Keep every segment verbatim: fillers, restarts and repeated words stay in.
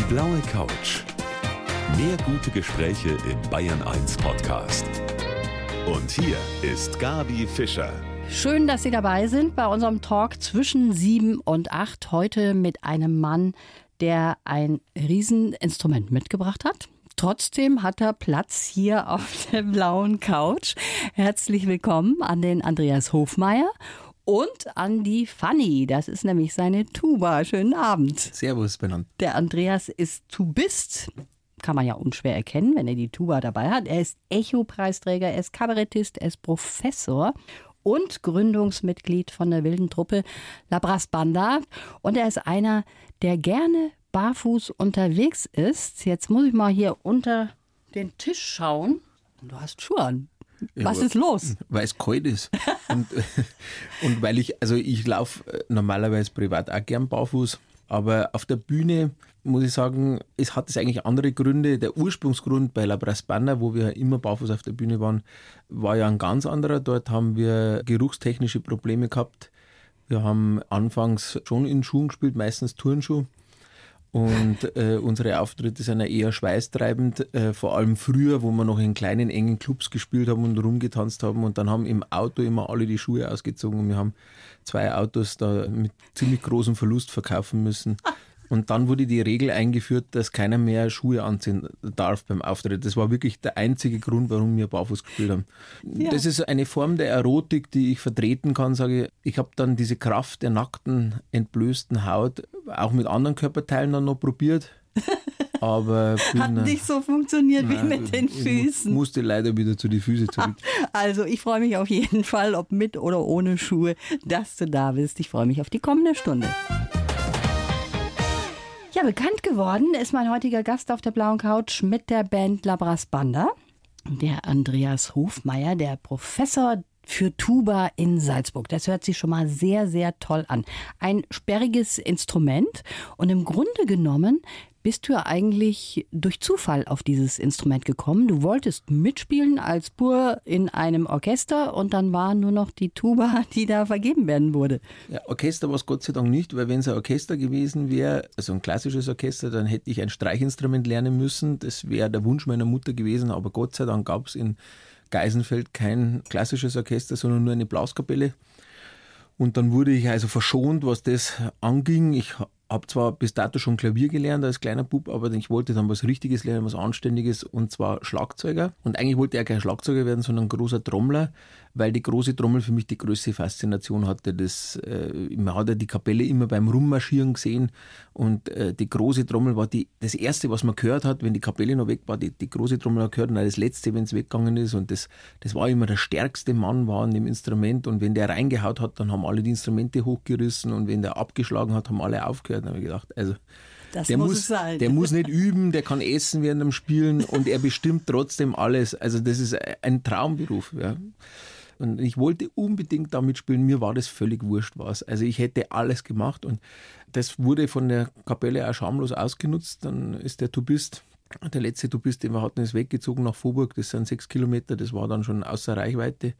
blaue Couch. Mehr gute Gespräche im Bayern eins Podcast. Und hier ist Gabi Fischer. Schön, dass Sie dabei sind bei unserem Talk zwischen sieben und acht. Heute mit einem Mann, der ein Rieseninstrument mitgebracht hat. Trotzdem hat er Platz hier auf der blauen Couch. Herzlich willkommen an den Andreas Hofmeier und an die Fanny. Das ist nämlich seine Tuba. Schönen Abend. Servus, benannt. Der Andreas ist Tubist. Kann man ja unschwer erkennen, wenn er die Tuba dabei hat. Er ist Echo-Preisträger, er ist Kabarettist, er ist Professor und Gründungsmitglied von der wilden Truppe La Brass Banda. Und er ist einer, der gerne barfuß unterwegs ist. Jetzt muss ich mal hier unter den Tisch schauen. Du hast Schuhe an. Was ja, ist los? Weil es kalt ist. und, und weil ich, also ich laufe normalerweise privat auch gern barfuß. Aber auf der Bühne muss ich sagen, es hat es eigentlich andere Gründe. Der Ursprungsgrund bei La Brass Banda, wo wir immer barfuß auf der Bühne waren, war ja ein ganz anderer. Dort haben wir geruchstechnische Probleme gehabt. Wir haben anfangs schon in Schuhen gespielt, meistens Turnschuhe. Und äh, unsere Auftritte sind ja eher schweißtreibend, äh, vor allem früher, wo wir noch in kleinen, engen Clubs gespielt haben und rumgetanzt haben. Und dann haben im Auto immer alle die Schuhe ausgezogen und wir haben zwei Autos da mit ziemlich großem Verlust verkaufen müssen. Und dann wurde die Regel eingeführt, dass keiner mehr Schuhe anziehen darf beim Auftritt. Das war wirklich der einzige Grund, warum wir barfuß gespielt haben. Ja. Das ist eine Form der Erotik, die ich vertreten kann. Sage ich, ich habe dann diese Kraft der nackten, entblößten Haut auch mit anderen Körperteilen dann noch probiert. Aber bin, hat nicht so funktioniert na, wie mit den Füßen. Ich musste leider wieder zu den Füßen zurück. Also ich freue mich auf jeden Fall, ob mit oder ohne Schuhe, dass du da bist. Ich freue mich auf die kommende Stunde. Ja, bekannt geworden ist mein heutiger Gast auf der blauen Couch mit der Band La Brass Banda. Der Andreas Hofmeier, der Professor für Tuba in Salzburg. Das hört sich schon mal sehr, sehr toll an. Ein sperriges Instrument und im Grunde genommen bist du ja eigentlich durch Zufall auf dieses Instrument gekommen. Du wolltest mitspielen als Bur in einem Orchester und dann war nur noch die Tuba, die da vergeben werden wurde. Ja, Orchester war es Gott sei Dank nicht, weil wenn es ein Orchester gewesen wäre, also ein klassisches Orchester, dann hätte ich ein Streichinstrument lernen müssen. Das wäre der Wunsch meiner Mutter gewesen, aber Gott sei Dank gab es in Geisenfeld kein klassisches Orchester, sondern nur eine Blaskapelle. Und dann wurde ich also verschont, was das anging. Ich habe zwar bis dato schon Klavier gelernt als kleiner Bub, aber ich wollte dann was Richtiges lernen, was Anständiges, und zwar Schlagzeuger. Und eigentlich wollte er kein Schlagzeuger werden, sondern ein großer Trommler, weil die große Trommel für mich die größte Faszination hatte. Das, äh, man hat ja die Kapelle immer beim Rummarschieren gesehen und äh, die große Trommel war die, das Erste, was man gehört hat, wenn die Kapelle noch weg war. Die, die große Trommel hat gehört und auch das Letzte, wenn es weggegangen ist. Und das, das war immer der stärkste Mann war an dem Instrument. Und wenn der reingehaut hat, dann haben alle die Instrumente hochgerissen und wenn der abgeschlagen hat, haben alle aufgehört. Dann habe ich gedacht, also das der muss, muss, es sein. der muss nicht üben, der kann essen während dem Spielen und er bestimmt trotzdem alles. Also das ist ein Traumberuf. Ja. Und ich wollte unbedingt damit spielen, mir war das völlig wurscht was. Also ich hätte alles gemacht und das wurde von der Kapelle auch schamlos ausgenutzt. Dann ist der Tubist, der letzte Tubist, den wir hatten, ist weggezogen nach Vorburg. Das sind sechs Kilometer, das war dann schon außer Reichweite.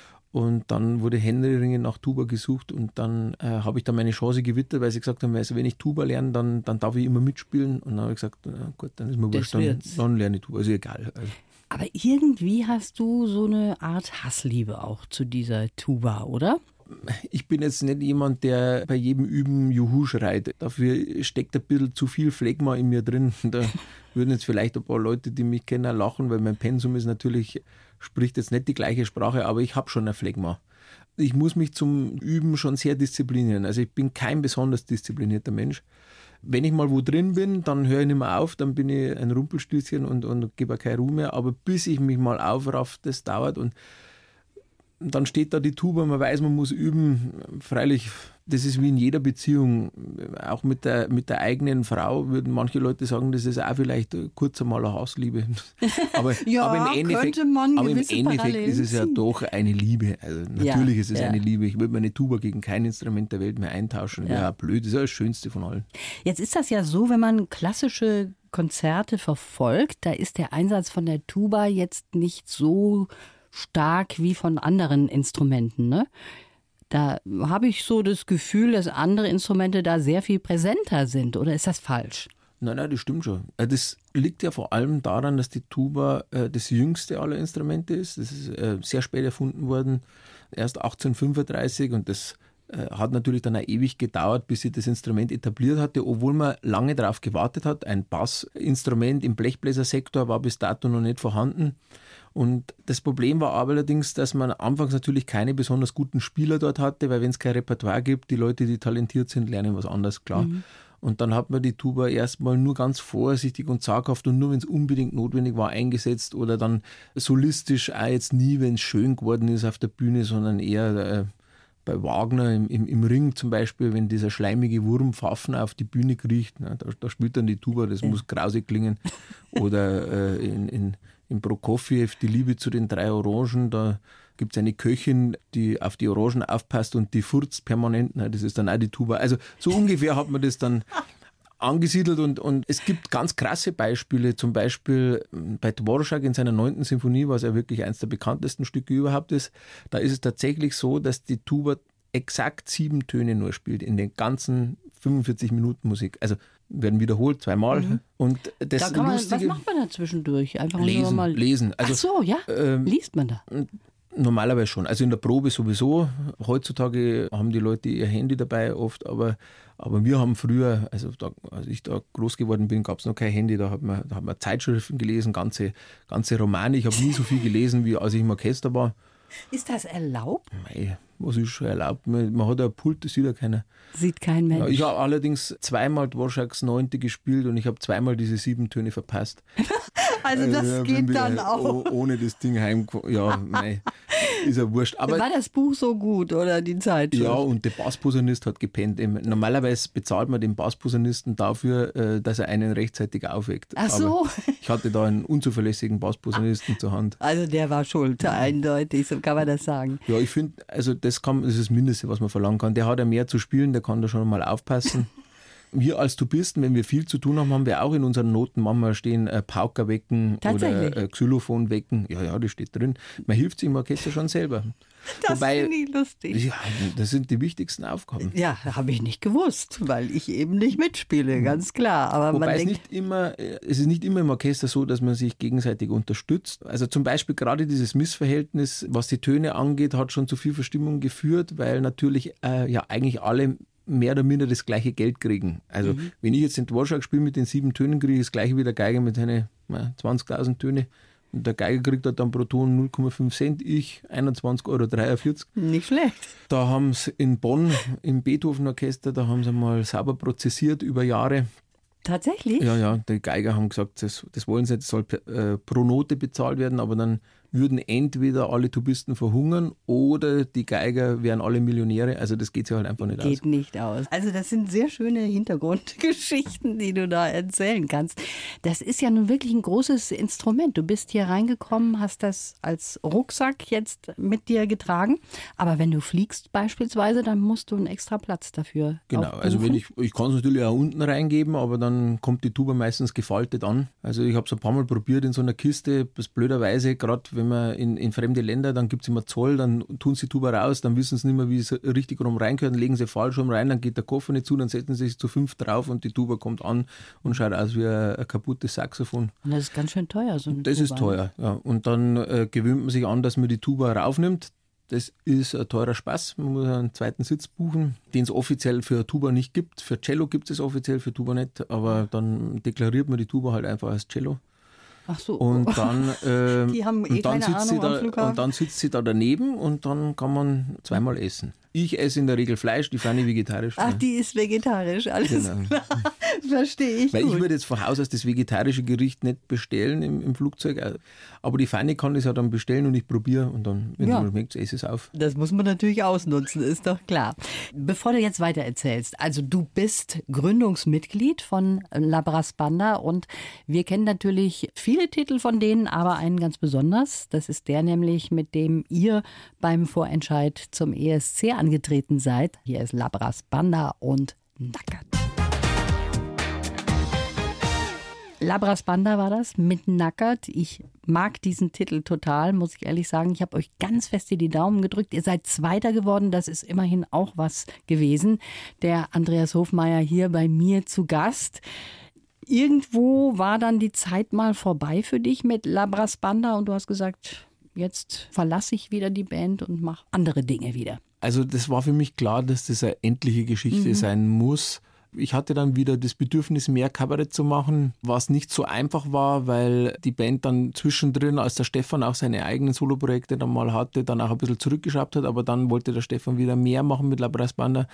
Und dann wurde händeringend nach Tuba gesucht und dann äh, habe ich dann meine Chance gewittert, weil sie gesagt haben, also wenn ich Tuba lerne, dann, dann darf ich immer mitspielen. Und dann habe ich gesagt, na gut, dann ist mir wurscht, dann, dann lerne ich Tuba, also egal. Also. Aber irgendwie hast du so eine Art Hassliebe auch zu dieser Tuba, oder? Ich bin jetzt nicht jemand, der bei jedem Üben Juhu schreit. Dafür steckt ein bisschen zu viel Phlegma in mir drin. Da würden jetzt vielleicht ein paar Leute, die mich kennen, lachen, weil mein Pensum ist natürlich, spricht jetzt nicht die gleiche Sprache, aber ich habe schon ein Phlegma. Ich muss mich zum Üben schon sehr disziplinieren. Also ich bin kein besonders disziplinierter Mensch. Wenn ich mal wo drin bin, dann höre ich nicht mehr auf, dann bin ich ein Rumpelstilzchen und, und gebe keine Ruhe mehr. Aber bis ich mich mal aufraff, das dauert und dann steht da die Tuba, man weiß, man muss üben. Freilich, das ist wie in jeder Beziehung. Auch mit der, mit der eigenen Frau würden manche Leute sagen, das ist auch vielleicht kurz einmal eine Hassliebe. Aber, ja, aber im Endeffekt, könnte man aber im Endeffekt ist es ja doch eine Liebe. Also natürlich ja, ist es ja. eine Liebe. Ich würde meine Tuba gegen kein Instrument der Welt mehr eintauschen. Ja, ja blöd, das ist ja das Schönste von allen. Jetzt ist das ja so, wenn man klassische Konzerte verfolgt, da ist der Einsatz von der Tuba jetzt nicht so stark wie von anderen Instrumenten, ne? Da habe ich so das Gefühl, dass andere Instrumente da sehr viel präsenter sind. Oder ist das falsch? Nein, nein, das stimmt schon. Das liegt ja vor allem daran, dass die Tuba äh, das jüngste aller Instrumente ist. Das ist äh, sehr spät erfunden worden, erst achtzehnhundertfünfunddreißig, und das äh, hat natürlich dann auch ewig gedauert, bis sich das Instrument etabliert hatte, obwohl man lange darauf gewartet hat. Ein Bassinstrument im Blechbläsersektor war bis dato noch nicht vorhanden. Und das Problem war aber allerdings, dass man anfangs natürlich keine besonders guten Spieler dort hatte, weil wenn es kein Repertoire gibt, die Leute, die talentiert sind, lernen was anderes, klar. Mhm. Und dann hat man die Tuba erstmal nur ganz vorsichtig und zaghaft und nur, wenn es unbedingt notwendig war, eingesetzt oder dann solistisch auch jetzt nie, wenn es schön geworden ist auf der Bühne, sondern eher äh, bei Wagner im, im, im Ring zum Beispiel, wenn dieser schleimige Wurm Pfaffen auf die Bühne kriecht, ne, da, da spielt dann die Tuba, das ja. muss grausig klingen. Oder äh, in, in, in Prokofjew, die Liebe zu den drei Orangen, da gibt es eine Köchin, die auf die Orangen aufpasst und die furzt permanent, ne, das ist dann auch die Tuba. Also so ungefähr hat man das dann angesiedelt und, und es gibt ganz krasse Beispiele, zum Beispiel bei Dvorak in seiner neunten Sinfonie, was ja wirklich eines der bekanntesten Stücke überhaupt ist, da ist es tatsächlich so, dass die Tuba exakt sieben Töne nur spielt in den ganzen fünfundvierzig Minuten Musik. Also werden wiederholt, zweimal. Mhm. Und das da kann man, Lustige, was macht man da zwischendurch? Einfach lesen, nur mal lesen. Also, ach so, ja? Ähm, Liest man da? Normalerweise schon. Also in der Probe sowieso. Heutzutage haben die Leute ihr Handy dabei oft, aber, aber wir haben früher, also da, als ich da groß geworden bin, gab es noch kein Handy, da hat man, da hat man Zeitschriften gelesen, ganze, ganze Romane. Ich habe nie so viel gelesen, wie als ich im Orchester war. Ist das erlaubt? Mei, was ist schon erlaubt? Man, man hat ein Pult, das sieht ja keiner. Sieht kein Mensch. Ja, ich habe allerdings zweimal Dvoraks Neunte gespielt und ich habe zweimal diese sieben Töne verpasst. Also das also, geht dann wieder, auch. Ohne das Ding heim. Ja, nein, ist ja wurscht. Aber war das Buch so gut oder die Zeitschrift? Ja, und der Bassposaunist hat gepennt. Normalerweise bezahlt man den Bassposaunisten dafür, dass er einen rechtzeitig aufweckt. Ach so. Aber ich hatte da einen unzuverlässigen Bassposaunisten zur Hand. Also der war schuld, eindeutig, so kann man das sagen. Ja, ich finde, also das, kann, das ist das Mindeste, was man verlangen kann. Der hat ja mehr zu spielen, der kann da schon mal aufpassen. Wir als Tubisten, wenn wir viel zu tun haben, haben wir auch in unseren Noten manchmal stehen äh, Pauker wecken oder äh, Xylophon wecken. Ja, ja, das steht drin. Man hilft sich im Orchester schon selber. Das finde ich lustig. Ja, das sind die wichtigsten Aufgaben. Ja, habe ich nicht gewusst, weil ich eben nicht mitspiele, ganz klar. Aber Wobei man es, denkt, nicht immer, es ist nicht immer im Orchester so, dass man sich gegenseitig unterstützt. Also zum Beispiel gerade dieses Missverhältnis, was die Töne angeht, hat schon zu viel Verstimmung geführt, weil natürlich äh, ja eigentlich alle mehr oder minder das gleiche Geld kriegen. Also mhm. wenn ich jetzt den Dvorak spiele mit den sieben Tönen, kriege ich das gleiche wie der Geiger mit seinen zwanzigtausend Töne. Und der Geiger kriegt dann pro Ton null Komma fünf Cent, ich einundzwanzig Euro dreiundvierzig. Nicht schlecht. Da haben sie in Bonn im Beethoven-Orchester, da haben sie mal sauber prozessiert über Jahre. Tatsächlich? Ja, ja, die Geiger haben gesagt, das, das wollen sie nicht, das soll äh, pro Note bezahlt werden, aber dann würden entweder alle Tubisten verhungern oder die Geiger wären alle Millionäre. Also das geht sich halt einfach nicht geht aus. Geht nicht aus. Also das sind sehr schöne Hintergrundgeschichten, die du da erzählen kannst. Das ist ja nun wirklich ein großes Instrument. Du bist hier reingekommen, hast das als Rucksack jetzt mit dir getragen. Aber wenn du fliegst beispielsweise, dann musst du einen extra Platz dafür Genau, aufbuchen. also wenn ich, ich kann es natürlich auch unten reingeben, aber dann kommt die Tuba meistens gefaltet an. Also ich habe es ein paar Mal probiert in so einer Kiste, das blöderweise, gerade wenn man in, in fremde Länder, dann gibt es immer Zoll, dann tun sie die Tuba raus, dann wissen sie nicht mehr, wie es richtig rum reingehört, dann legen sie falsch rum rein, dann geht der Koffer nicht zu, dann setzen sie sich zu fünf drauf und die Tuba kommt an und schaut aus wie ein, ein kaputtes Saxophon. Und das ist ganz schön teuer, so eine Das Tuba. ist teuer, ja. Und dann äh, gewöhnt man sich an, dass man die Tuba raufnimmt. Das ist ein teurer Spaß. Man muss einen zweiten Sitz buchen, den es offiziell für Tuba nicht gibt. Für Cello gibt es offiziell, für Tuba nicht. Aber dann deklariert man die Tuba halt einfach als Cello. Ach so. Und dann, äh, die haben eh und dann keine sitzt sie Ahnung da, und dann sitzt sie da daneben und dann kann man zweimal essen. Ich esse in der Regel Fleisch, die Fanny vegetarisch. Ach, die ist vegetarisch, alles genau. klar. Verstehe ich Weil gut. ich würde jetzt von Haus aus das vegetarische Gericht nicht bestellen im, im Flugzeug. Aber die Fanny kann das ja dann bestellen und ich probiere und dann, wenn ja. es mir schmeckt, esse ich es auf. Das muss man natürlich ausnutzen, ist doch klar. Bevor du jetzt weiter erzählst, also du bist Gründungsmitglied von La Brass Banda und wir kennen natürlich viele Titel von denen, aber einen ganz besonders. Das ist der nämlich, mit dem ihr beim Vorentscheid zum E S C angetreten seid. Hier ist La Brass Banda und Nackert. La Brass Banda war das, mit Nackert. Ich mag diesen Titel total, muss ich ehrlich sagen. Ich habe euch ganz fest in die Daumen gedrückt. Ihr seid Zweiter geworden, das ist immerhin auch was gewesen. Der Andreas Hofmeier hier bei mir zu Gast. Irgendwo war dann die Zeit mal vorbei für dich mit La Brass Banda und du hast gesagt, jetzt verlasse ich wieder die Band und mache andere Dinge wieder. Also das war für mich klar, dass das eine endliche Geschichte mhm. sein muss. Ich hatte dann wieder das Bedürfnis, mehr Kabarett zu machen, was nicht so einfach war, weil die Band dann zwischendrin, als der Stefan auch seine eigenen Soloprojekte dann mal hatte, dann auch ein bisschen zurückgeschraubt hat, aber dann wollte der Stefan wieder mehr machen mit La Brass Banda.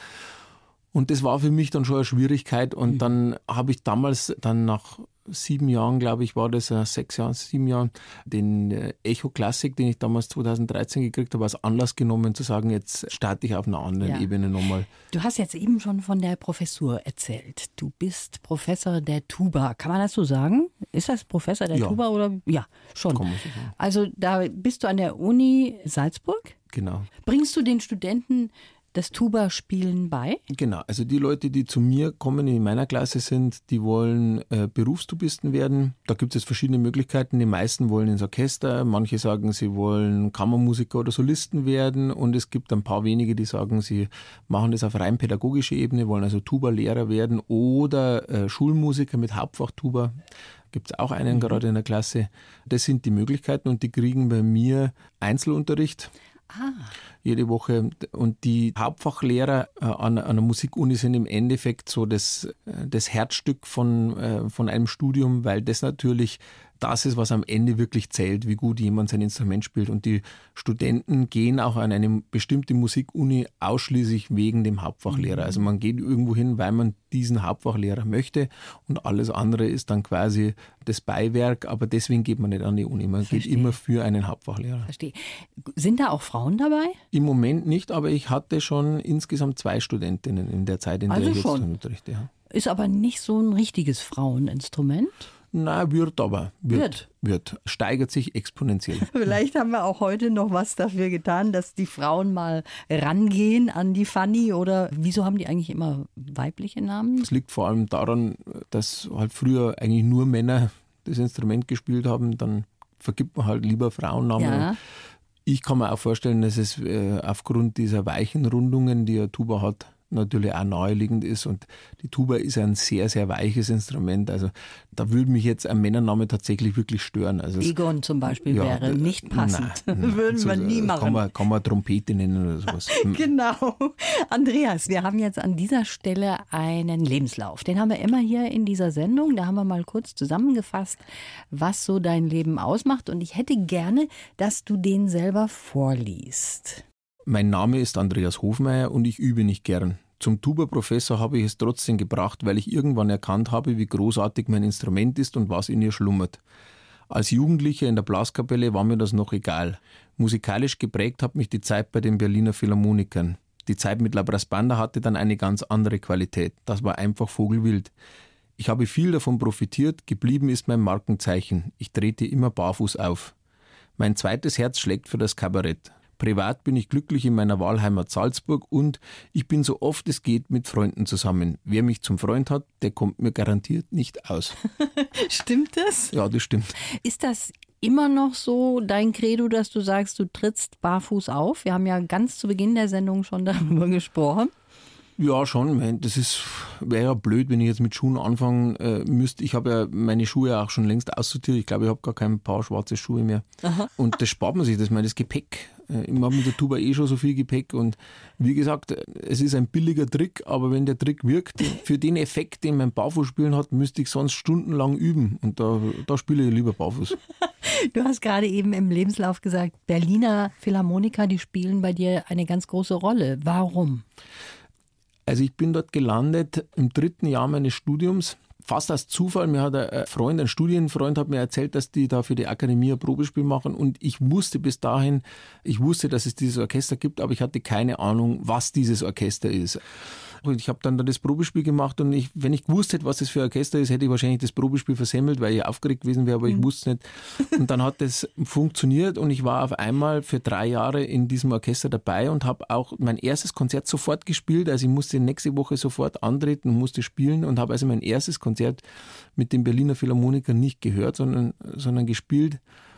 Und das war für mich dann schon eine Schwierigkeit und mhm. dann habe ich damals dann nach sieben Jahren, glaube ich, war das, äh, sechs Jahren, sieben Jahren, den äh, Echo Classic, den ich damals zweitausenddreizehn gekriegt habe, als Anlass genommen, zu sagen, jetzt starte ich auf einer anderen ja. Ebene nochmal. Du hast jetzt eben schon von der Professur erzählt. Du bist Professor der Tuba. Kann man das so sagen? Ist das Professor der ja. Tuba oder? Ja, schon. Kann man so sagen. Also da bist du an der Uni Salzburg? Genau. Bringst du den Studenten das Tuba-Spielen bei? Genau, also die Leute, die zu mir kommen, in meiner Klasse sind, die wollen äh, Berufstubisten werden. Da gibt es verschiedene Möglichkeiten. Die meisten wollen ins Orchester, manche sagen, sie wollen Kammermusiker oder Solisten werden und es gibt ein paar wenige, die sagen, sie machen das auf rein pädagogischer Ebene, wollen also Tuba-Lehrer werden oder äh, Schulmusiker mit Hauptfach Tuba. Gibt es auch einen mhm. gerade in der Klasse. Das sind die Möglichkeiten und die kriegen bei mir Einzelunterricht. Ah. Jede Woche. Und die Hauptfachlehrer äh, an, an der Musikuni sind im Endeffekt so das, das Herzstück von, äh, von einem Studium, weil das natürlich das ist, was am Ende wirklich zählt, wie gut jemand sein Instrument spielt. Und die Studenten gehen auch an eine bestimmte Musikuni ausschließlich wegen dem Hauptfachlehrer. Also man geht irgendwo hin, weil man diesen Hauptfachlehrer möchte und alles andere ist dann quasi das Beiwerk, aber deswegen geht man nicht an die Uni. Man Verstehe. geht immer für einen Hauptfachlehrer. Verstehe. Sind da auch Frauen dabei? Im Moment nicht, aber ich hatte schon insgesamt zwei Studentinnen in der Zeit, in also der ich schon. jetzt unterrichte. Ja. Ist aber nicht so ein richtiges Fraueninstrument? Na, wird aber. Wird, wird. Wird. Steigert sich exponentiell. Vielleicht haben wir auch heute noch was dafür getan, dass die Frauen mal rangehen an die Fanny oder wieso haben die eigentlich immer weibliche Namen? Das liegt vor allem daran, dass halt früher eigentlich nur Männer das Instrument gespielt haben, dann vergibt man halt lieber Frauennamen. Ja. Ich kann mir auch vorstellen, dass es äh, aufgrund dieser weichen Rundungen, die eine Tuba hat, natürlich auch naheliegend ist und die Tuba ist ein sehr, sehr weiches Instrument, also da würde mich jetzt ein Männername tatsächlich wirklich stören. Also Egon zum Beispiel ja, wäre nicht passend, nein, nein, würden wir so, nie machen. Kann man, kann man Trompete nennen oder sowas. Genau. Andreas, wir haben jetzt an dieser Stelle einen Lebenslauf, den haben wir immer hier in dieser Sendung, da haben wir mal kurz zusammengefasst, was so dein Leben ausmacht und ich hätte gerne, dass du den selber vorliest. Mein Name ist Andreas Hofmeier und ich übe nicht gern. Zum Tuba-Professor habe ich es trotzdem gebracht, weil ich irgendwann erkannt habe, wie großartig mein Instrument ist und was in ihr schlummert. Als Jugendlicher in der Blaskapelle war mir das noch egal. Musikalisch geprägt hat mich die Zeit bei den Berliner Philharmonikern. Die Zeit mit La Brass Banda hatte dann eine ganz andere Qualität. Das war einfach vogelwild. Ich habe viel davon profitiert, geblieben ist mein Markenzeichen. Ich trete immer barfuß auf. Mein zweites Herz schlägt für das Kabarett. Privat bin ich glücklich in meiner Wahlheimat Salzburg und ich bin so oft es geht mit Freunden zusammen. Wer mich zum Freund hat, der kommt mir garantiert nicht aus. Stimmt das? Ja, das stimmt. Ist das immer noch so dein Credo, dass du sagst, du trittst barfuß auf? Wir haben ja ganz zu Beginn der Sendung schon darüber gesprochen. Ja, schon. Das ist wäre ja blöd, wenn ich jetzt mit Schuhen anfangen äh, müsste. Ich habe ja meine Schuhe auch schon längst aussortiert. Ich glaube, ich habe gar kein paar schwarze Schuhe mehr. Aha. Und das spart man sich, das, meine, das Gepäck. Ich habe mit der Tuba eh schon so viel Gepäck und wie gesagt, es ist ein billiger Trick, aber wenn der Trick wirkt, für den Effekt, den mein Barfußspielen hat, müsste ich sonst stundenlang üben und da, da spiele ich lieber barfuß. Du hast gerade eben im Lebenslauf gesagt, Berliner Philharmoniker, die spielen bei dir eine ganz große Rolle. Warum? Also ich bin dort gelandet im dritten Jahr meines Studiums. Fast aus Zufall, mir hat ein Freund, ein Studienfreund hat mir erzählt, dass die da für die Akademie ein Probespiel machen und ich wusste bis dahin, ich wusste, dass es dieses Orchester gibt, aber ich hatte keine Ahnung, was dieses Orchester ist. Und ich habe dann das Probespiel gemacht und ich, wenn ich gewusst hätte, was das für ein Orchester ist, hätte ich wahrscheinlich das Probespiel versemmelt, weil ich aufgeregt gewesen wäre, aber ich wusste nicht. Und dann hat das funktioniert und ich war auf einmal für drei Jahre in diesem Orchester dabei und habe auch mein erstes Konzert sofort gespielt. Also ich musste nächste Woche sofort antreten und musste spielen und habe also mein erstes Konzert mit den Berliner Philharmonikern nicht gehört, sondern, sondern gespielt.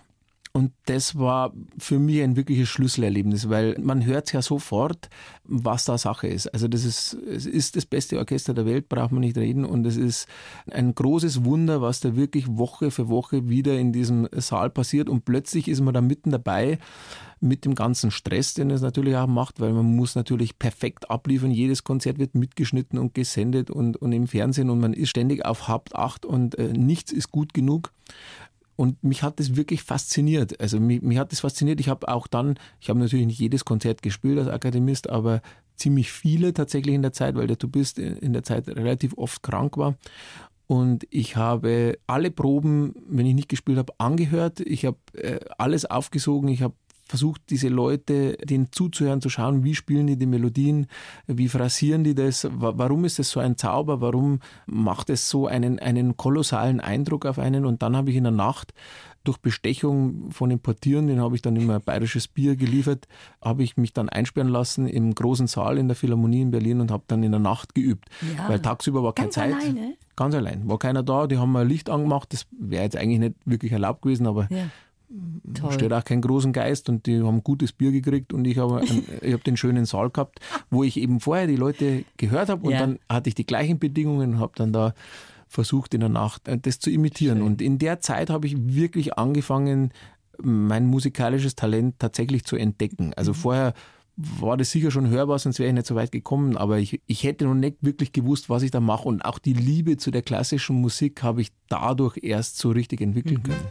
Und das war für mich ein wirkliches Schlüsselerlebnis, weil man hört ja sofort, was da Sache ist. Also das ist, es ist das beste Orchester der Welt, braucht man nicht reden. Und es ist ein großes Wunder, was da wirklich Woche für Woche wieder in diesem Saal passiert. Und plötzlich ist man da mitten dabei mit dem ganzen Stress, den es natürlich auch macht, weil man muss natürlich perfekt abliefern. Jedes Konzert wird mitgeschnitten und gesendet und, und im Fernsehen und man ist ständig auf Hauptacht und äh, nichts ist gut genug. Und mich hat das wirklich fasziniert. Also mich, mich hat das fasziniert. Ich habe auch dann, ich habe natürlich nicht jedes Konzert gespielt als Akademist, aber ziemlich viele tatsächlich in der Zeit, weil der Tubist in der Zeit relativ oft krank war. Und ich habe alle Proben, wenn ich nicht gespielt habe, angehört. Ich habe äh, alles aufgesogen. Ich habe versucht, diese Leute, denen zuzuhören, zu schauen, wie spielen die die Melodien, wie phrasieren die das, warum ist das so ein Zauber, warum macht es so einen, einen kolossalen Eindruck auf einen. Und dann habe ich in der Nacht durch Bestechung von den Portieren, den habe ich dann immer bayerisches Bier geliefert, habe ich mich dann einsperren lassen im großen Saal in der Philharmonie in Berlin und habe dann in der Nacht geübt. Ja. Weil tagsüber war keine Zeit. Ganz alleine? Ganz allein. War keiner da, die haben mal Licht angemacht, das wäre jetzt eigentlich nicht wirklich erlaubt gewesen, aber ja. Toll. Steht auch keinen großen Geist und die haben gutes Bier gekriegt und ich habe ich hab den schönen Saal gehabt, wo ich eben vorher die Leute gehört habe und ja. dann hatte ich die gleichen Bedingungen und habe dann da versucht in der Nacht das zu imitieren. Schön. Und in der Zeit habe ich wirklich angefangen, mein musikalisches Talent tatsächlich zu entdecken. Also mhm. vorher war das sicher schon hörbar, sonst wäre ich nicht so weit gekommen, aber ich, ich hätte noch nicht wirklich gewusst, was ich da mache und auch die Liebe zu der klassischen Musik habe ich dadurch erst so richtig entwickeln mhm. können.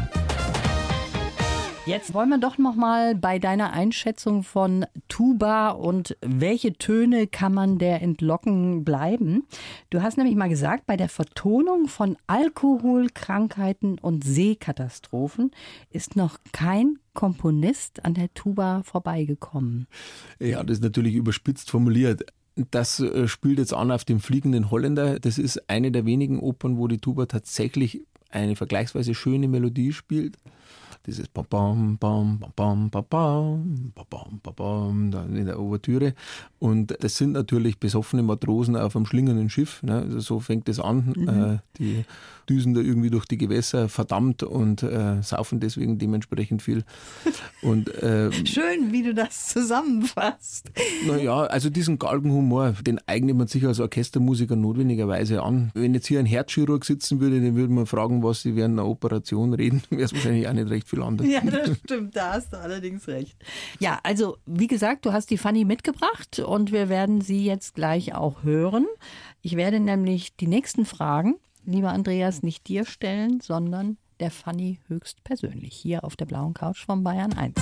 Jetzt wollen wir doch noch mal bei deiner Einschätzung von Tuba und welche Töne kann man der entlocken bleiben. Du hast nämlich mal gesagt, bei der Vertonung von Alkohol, Krankheiten und Seekatastrophen ist noch kein Komponist an der Tuba vorbeigekommen. Ja, das ist natürlich überspitzt formuliert. Das spielt jetzt an auf dem Fliegenden Holländer. Das ist eine der wenigen Opern, wo die Tuba tatsächlich eine vergleichsweise schöne Melodie spielt. Dieses Bam, Bam, Bam, Bam, Bam, Bam, Bam, Bam, Bam, da in der Ouvertüre. Und das sind natürlich besoffene Matrosen auf einem schlingenden Schiff. Ne? Also so fängt es an. Mhm. Äh, die düsen da irgendwie durch die Gewässer verdammt und äh, saufen deswegen dementsprechend viel. Und, äh, schön, wie du das zusammenfasst. Naja, also diesen Galgenhumor, den eignet man sich als Orchestermusiker notwendigerweise an. Wenn jetzt hier ein Herzchirurg sitzen würde, den würde man fragen, was sie während einer Operation reden, wäre es wahrscheinlich auch nicht recht viel anders. Ja, das stimmt, da hast du allerdings recht. Ja, also wie gesagt, du hast die Fanny mitgebracht und wir werden sie jetzt gleich auch hören. Ich werde nämlich die nächsten Fragen, lieber Andreas, nicht dir stellen, sondern der Fanny höchstpersönlich hier auf der blauen Couch von Bayern eins.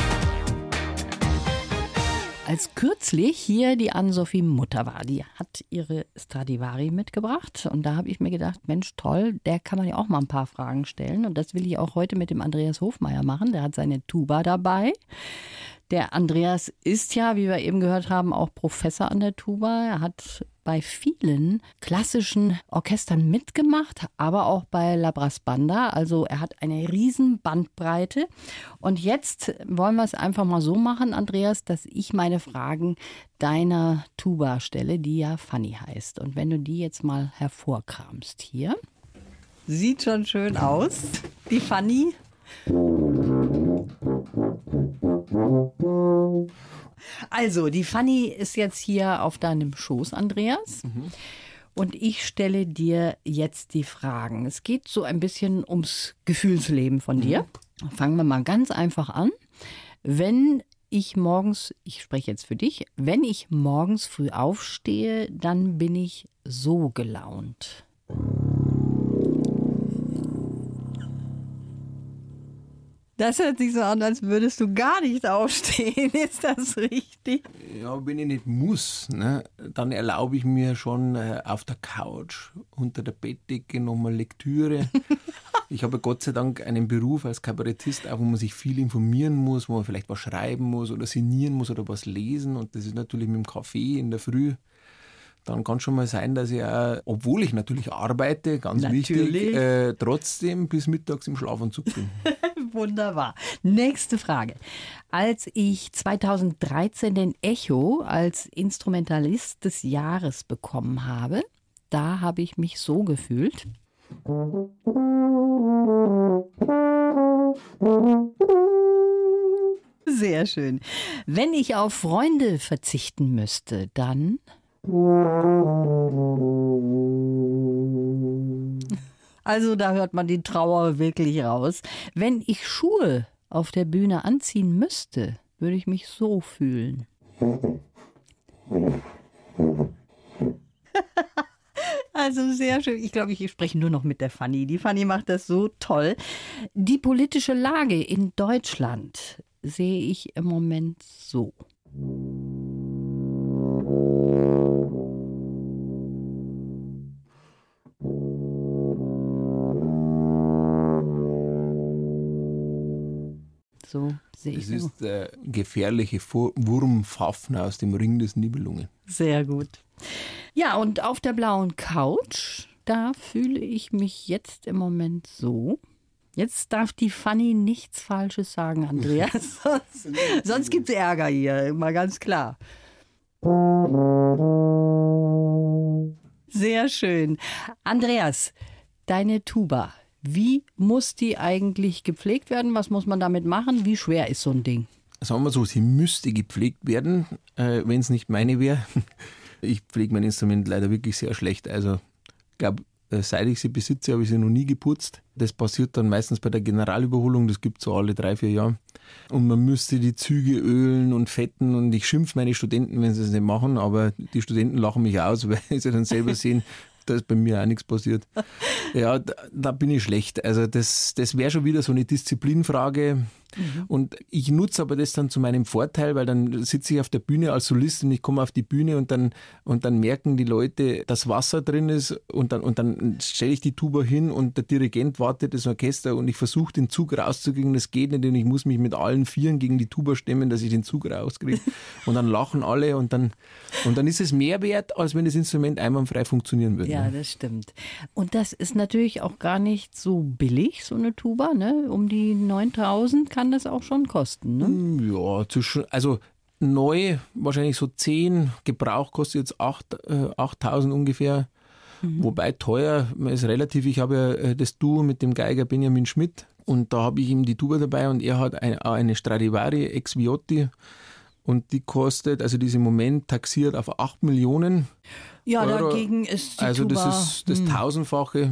Als kürzlich hier die Ann-Sophie Mutter war, die hat ihre Stradivari mitgebracht und da habe ich mir gedacht, Mensch, toll, der kann man ja auch mal ein paar Fragen stellen und das will ich auch heute mit dem Andreas Hofmeier machen, der hat seine Tuba dabei. Der Andreas ist ja, wie wir eben gehört haben, auch Professor an der Tuba. Er hat bei vielen klassischen Orchestern mitgemacht, aber auch bei La Brass Banda. Also er hat eine riesen Bandbreite. Und jetzt wollen wir es einfach mal so machen, Andreas, dass ich meine Fragen deiner Tuba stelle, die ja Fanny heißt. Und wenn du die jetzt mal hervorkramst hier. Sieht schon schön aus, die Fanny. Also, die Fanny ist jetzt hier auf deinem Schoß, Andreas. Mhm. Und ich stelle dir jetzt die Fragen. Es geht so ein bisschen ums Gefühlsleben von dir. Mhm. Fangen wir mal ganz einfach an. Wenn ich morgens, ich spreche jetzt für dich, wenn ich morgens früh aufstehe, dann bin ich so gelaunt. Das hört sich so an, als würdest du gar nicht aufstehen. Ist das richtig? Ja, wenn ich nicht muss, ne, dann erlaube ich mir schon äh, auf der Couch, unter der Bettdecke nochmal Lektüre. Ich habe Gott sei Dank einen Beruf als Kabarettist, auch wo man sich viel informieren muss, wo man vielleicht was schreiben muss oder sinnieren muss oder was lesen. Und das ist natürlich mit dem Kaffee in der Früh. Dann kann schon mal sein, dass ich auch, obwohl ich natürlich arbeite, ganz natürlich. wichtig, äh, trotzdem bis mittags im Schlafanzug bin. Wunderbar. Nächste Frage. Als ich zweitausenddreizehn den Echo als Instrumentalist des Jahres bekommen habe, da habe ich mich so gefühlt. Sehr schön. Wenn ich auf Freunde verzichten müsste, dann... Also da hört man die Trauer wirklich raus. Wenn ich Schuhe auf der Bühne anziehen müsste, würde ich mich so fühlen. Also sehr schön. Ich glaube, ich spreche nur noch mit der Fanny. Die Fanny macht das so toll. Die politische Lage in Deutschland sehe ich im Moment so. So sehe ich es. Das ist der gefährliche Wurm Fafner aus dem Ring des Nibelungen. Sehr gut. Ja, und auf der blauen Couch, da fühle ich mich jetzt im Moment so. Jetzt darf die Fanny nichts Falsches sagen, Andreas. sonst sonst gibt es Ärger hier, mal ganz klar. Sehr schön. Andreas, deine Tuba, wie muss die eigentlich gepflegt werden? Was muss man damit machen? Wie schwer ist so ein Ding? Sagen wir so, sie müsste gepflegt werden, äh, wenn es nicht meine wäre. Ich pflege mein Instrument leider wirklich sehr schlecht. Also ich glaube, seit ich sie besitze, habe ich sie noch nie geputzt. Das passiert dann meistens bei der Generalüberholung, das gibt es so alle drei, vier Jahre. Und man müsste die Züge ölen und fetten und ich schimpfe meine Studenten, wenn sie es nicht machen, aber die Studenten lachen mich aus, weil sie dann selber sehen, da ist bei mir auch nichts passiert. Ja, da, da bin ich schlecht. Also das, das wäre schon wieder so eine Disziplinfrage. Mhm. Und ich nutze aber das dann zu meinem Vorteil, weil dann sitze ich auf der Bühne als Solist und ich komme auf die Bühne und dann, und dann merken die Leute, dass Wasser drin ist und dann, und dann stelle ich die Tuba hin und der Dirigent wartet, das Orchester, und ich versuche den Zug rauszukriegen, das geht nicht und ich muss mich mit allen Vieren gegen die Tuba stemmen, dass ich den Zug rauskriege. Und dann lachen alle und dann, und dann ist es mehr wert, als wenn das Instrument einwandfrei funktionieren würde. Ja, das stimmt. Und das ist natürlich auch gar nicht so billig, so eine Tuba, ne? Um die neuntausend kann das auch schon kosten, ne? Ja, zwischen, also neu wahrscheinlich so zehn, Gebrauch kostet jetzt acht, äh, achttausend ungefähr. Mhm. Wobei teuer, man ist relativ. Ich habe ja äh, das Duo mit dem Geiger Benjamin Schmidt und da habe ich ihm die Tuba dabei und er hat eine, eine Stradivari Ex Viotti und die kostet, also die ist im Moment taxiert auf acht Millionen Ja, Euro. Dagegen ist die also Tuba... Also das ist das hm. Tausendfache.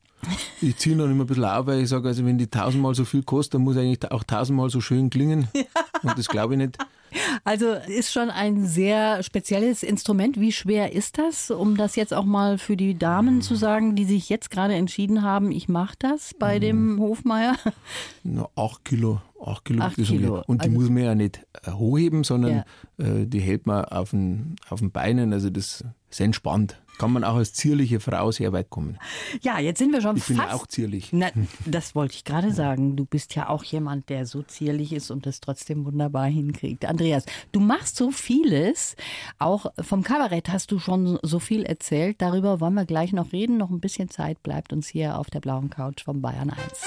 Ich ziehe dann immer ein bisschen auf, weil ich sage, also wenn die tausendmal so viel kostet, dann muss eigentlich auch tausendmal so schön klingen. Und das glaube ich nicht. Also ist schon ein sehr spezielles Instrument. Wie schwer ist das, um das jetzt auch mal für die Damen zu sagen, die sich jetzt gerade entschieden haben, ich mache das bei dem Hofmeier? Na, acht Kilo. Acht Kilo. Acht Kilo. Und die also, muss man ja nicht hochheben, sondern ja. äh, die hält man auf den, auf den Beinen. Also das ist entspannt. Kann man auch als zierliche Frau sehr weit kommen. Ja, jetzt sind wir schon ich fast... Ich bin ja auch zierlich. Na, das wollte ich gerade sagen. Du bist ja auch jemand, der so zierlich ist und das trotzdem wunderbar hinkriegt. Andreas, du machst so vieles. Auch vom Kabarett hast du schon so viel erzählt. Darüber wollen wir gleich noch reden. Noch ein bisschen Zeit bleibt uns hier auf der blauen Couch von Bayern eins.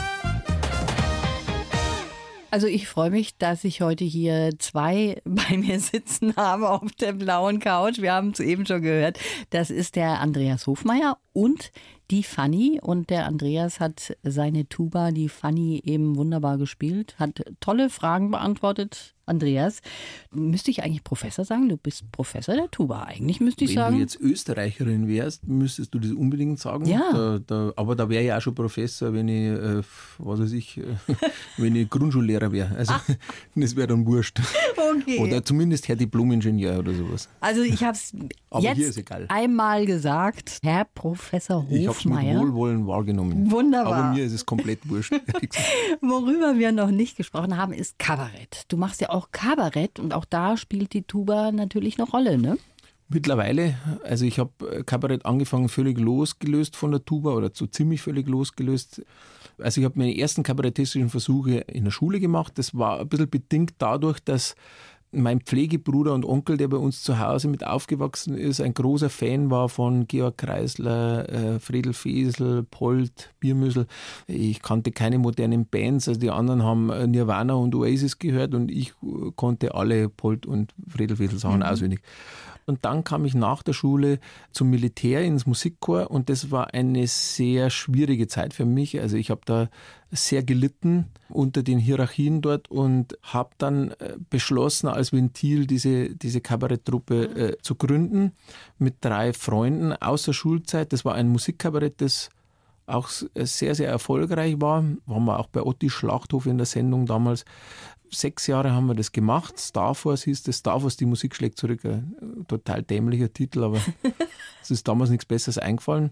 Also ich freue mich, dass ich heute hier zwei bei mir sitzen habe auf der blauen Couch. Wir haben es eben schon gehört. Das ist der Andreas Hofmeier und die Fanny. Und der Andreas hat seine Tuba, die Fanny, eben wunderbar gespielt, hat tolle Fragen beantwortet. Andreas, müsste ich eigentlich Professor sagen? Du bist Professor der Tuba. Eigentlich müsste ich Wenn sagen... Wenn du jetzt Österreicherin wärst, müsstest du das unbedingt sagen. Ja. Da, da, aber da wäre ich auch schon Professor, wenn ich, äh, was weiß ich, äh, wenn ich Grundschullehrer wäre. Also das wäre dann wurscht. Okay. Oder zumindest Herr Diplom-Ingenieur oder sowas. Also ich habe es jetzt einmal gesagt, Herr Professor Hofmeier. Ich habe es mit Wohlwollen wahrgenommen. Wunderbar. Aber mir ist es komplett wurscht. Worüber wir noch nicht gesprochen haben, ist Kabarett. Du machst ja auch Kabarett und auch da spielt die Tuba natürlich eine Rolle, ne? Mittlerweile, also ich habe Kabarett angefangen völlig losgelöst von der Tuba oder so ziemlich völlig losgelöst. Also ich habe meine ersten kabarettistischen Versuche in der Schule gemacht. Das war ein bisschen bedingt dadurch, dass mein Pflegebruder und Onkel, der bei uns zu Hause mit aufgewachsen ist, ein großer Fan war von Georg Kreisler, äh, Fredel Fesel, Polt, Biermüssel. Ich kannte keine modernen Bands, also die anderen haben Nirvana und Oasis gehört und ich konnte alle Polt und Fredel Fesel Sachen mhm. auswendig. Und dann kam ich nach der Schule zum Militär ins Musikchor und das war eine sehr schwierige Zeit für mich. Also ich habe da sehr gelitten unter den Hierarchien dort und habe dann beschlossen, als Ventil diese, diese Kabaretttruppe äh, zu gründen mit drei Freunden aus der Schulzeit. Das war ein Musikkabarett, das auch sehr, sehr erfolgreich war. Waren wir auch bei Otti Schlachthof in der Sendung damals. Sechs Jahre haben wir das gemacht. Starforce hieß das. Starforce, die Musik schlägt zurück. Ein total dämlicher Titel, aber es ist damals nichts Besseres eingefallen.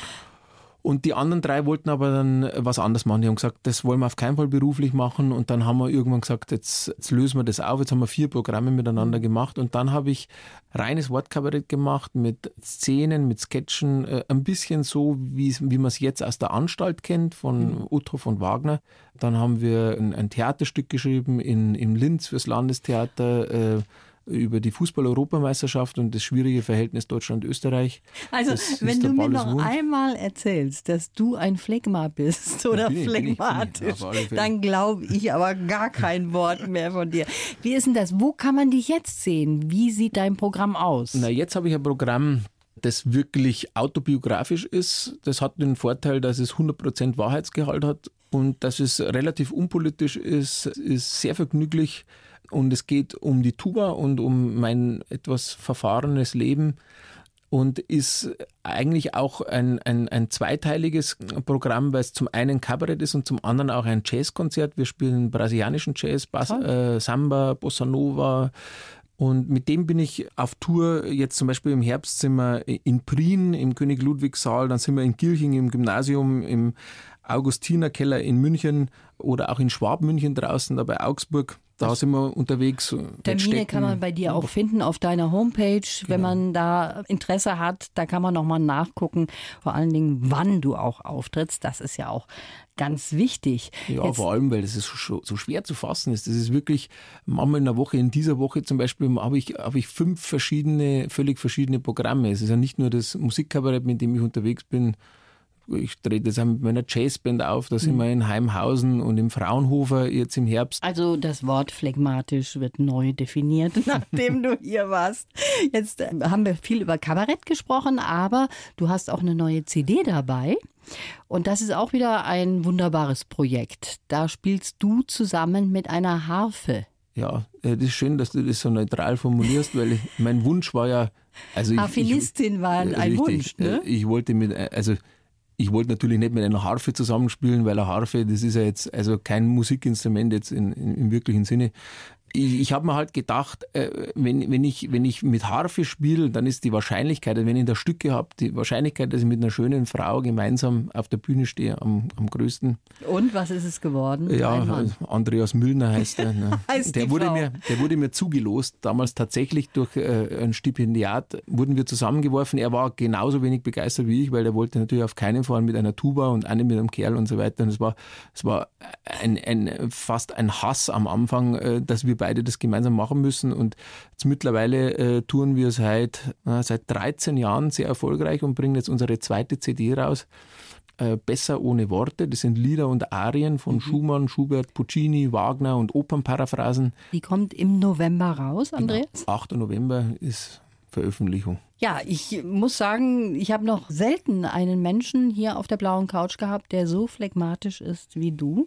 Und die anderen drei wollten aber dann was anderes machen. Die haben gesagt, das wollen wir auf keinen Fall beruflich machen. Und dann haben wir irgendwann gesagt, jetzt, jetzt lösen wir das auf. Jetzt haben wir vier Programme miteinander gemacht. Und dann habe ich reines Wortkabarett gemacht mit Szenen, mit Sketchen. Äh, ein bisschen so, wie, wie man es jetzt aus der Anstalt kennt, von Uthoff von Wagner. Dann haben wir ein, ein Theaterstück geschrieben in, in Linz fürs Landestheater, äh, über die Fußball-Europameisterschaft und das schwierige Verhältnis Deutschland-Österreich. Also das wenn du mir noch Wunsch. einmal erzählst, dass du ein Phlegma bist oder bin ich, phlegmatisch, bin ich, bin ich, dann glaube ich aber gar kein Wort mehr von dir. Wie ist denn das? Wo kann man dich jetzt sehen? Wie sieht dein Programm aus? Na, jetzt habe ich ein Programm, das wirklich autobiografisch ist. Das hat den Vorteil, dass es hundert Prozent Wahrheitsgehalt hat und dass es relativ unpolitisch ist, ist sehr vergnüglich. Und es geht um die Tuba und um mein etwas verfahrenes Leben und ist eigentlich auch ein, ein, ein zweiteiliges Programm, weil es zum einen Kabarett ist und zum anderen auch ein Jazzkonzert. Wir spielen brasilianischen Jazz, Bas, äh, Samba, Bossa Nova. Und mit dem bin ich auf Tour, jetzt zum Beispiel im Herbst sind wir in Prien im König-Ludwig-Saal, dann sind wir in Kirching im Gymnasium, im Augustinerkeller in München oder auch in Schwabmünchen draußen, da bei Augsburg. Da sind wir unterwegs. Termine kann man bei dir auch finden auf deiner Homepage. Genau. Wenn man da Interesse hat, da kann man nochmal nachgucken. Vor allen Dingen, wann du auch auftrittst. Das ist ja auch ganz wichtig. Ja, Jetzt, vor allem, weil das ist so, so schwer zu fassen ist. Das ist wirklich, manchmal in der Woche, in dieser Woche zum Beispiel, habe ich, habe ich fünf verschiedene, völlig verschiedene Programme. Es ist ja nicht nur das Musikkabarett, mit dem ich unterwegs bin. Ich trete jetzt mit meiner Jazzband auf, da sind mhm. wir in Heimhausen und im Fraunhofer jetzt im Herbst. Also das Wort phlegmatisch wird neu definiert, nachdem du hier warst. Jetzt haben wir viel über Kabarett gesprochen, aber du hast auch eine neue C D dabei. Und das ist auch wieder ein wunderbares Projekt. Da spielst du zusammen mit einer Harfe. Ja, das ist schön, dass du das so neutral formulierst, weil ich, mein Wunsch war ja... Also Harfenistin war ein richtig, Wunsch, ne? Ich wollte mit... Also Ich wollte natürlich nicht mit einer Harfe zusammenspielen, weil eine Harfe, das ist ja jetzt also kein Musikinstrument jetzt in, in, im wirklichen Sinne. Ich, ich habe mir halt gedacht, äh, wenn, wenn, ich, wenn ich mit Harfe spiele, dann ist die Wahrscheinlichkeit, wenn ich da Stücke habe, die Wahrscheinlichkeit, dass ich mit einer schönen Frau gemeinsam auf der Bühne stehe, am, am größten. Und was ist es geworden? Ja, Andreas Müllner heißt er. Ne? heißt der, wurde mir, der wurde mir zugelost, damals tatsächlich durch äh, ein Stipendiat, wurden wir zusammengeworfen. Er war genauso wenig begeistert wie ich, weil er wollte natürlich auf keinen Fall mit einer Tuba und eine mit einem Kerl und so weiter. Und es war, es war ein, ein, fast ein Hass am Anfang, äh, dass wir beide das gemeinsam machen müssen und jetzt mittlerweile äh, touren wir seit, äh, seit dreizehn Jahren sehr erfolgreich und bringen jetzt unsere zweite C D raus. Äh, Besser ohne Worte, das sind Lieder und Arien von mhm. Schumann, Schubert, Puccini, Wagner und Opernparaphrasen. Die kommt im November raus, Andreas? Genau. achter November ist Veröffentlichung. Ja, ich muss sagen, ich habe noch selten einen Menschen hier auf der blauen Couch gehabt, der so phlegmatisch ist wie du.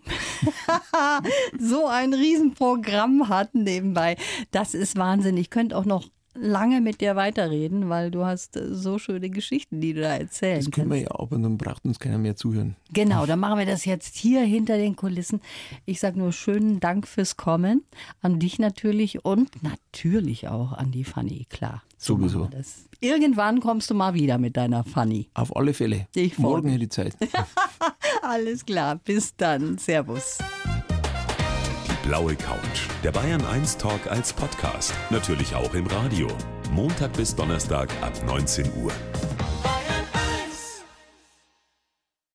So ein Riesenprogramm hat nebenbei. Das ist Wahnsinn. Ich könnte auch noch lange mit dir weiterreden, weil du hast so schöne Geschichten, die du da erzählen kannst. Das können wir ja auch und dann braucht uns keiner mehr zuhören. Genau, dann machen wir das jetzt hier hinter den Kulissen. Ich sage nur schönen Dank fürs Kommen, an dich natürlich und natürlich auch an die Fanny, klar. So Sowieso. Irgendwann kommst du mal wieder mit deiner Fanny. Auf alle Fälle. Ich Morgen hätte ich Zeit. Alles klar, bis dann. Servus. Die blaue Couch. Der Bayern eins Talk als Podcast. Natürlich auch im Radio. Montag bis Donnerstag ab neunzehn Uhr.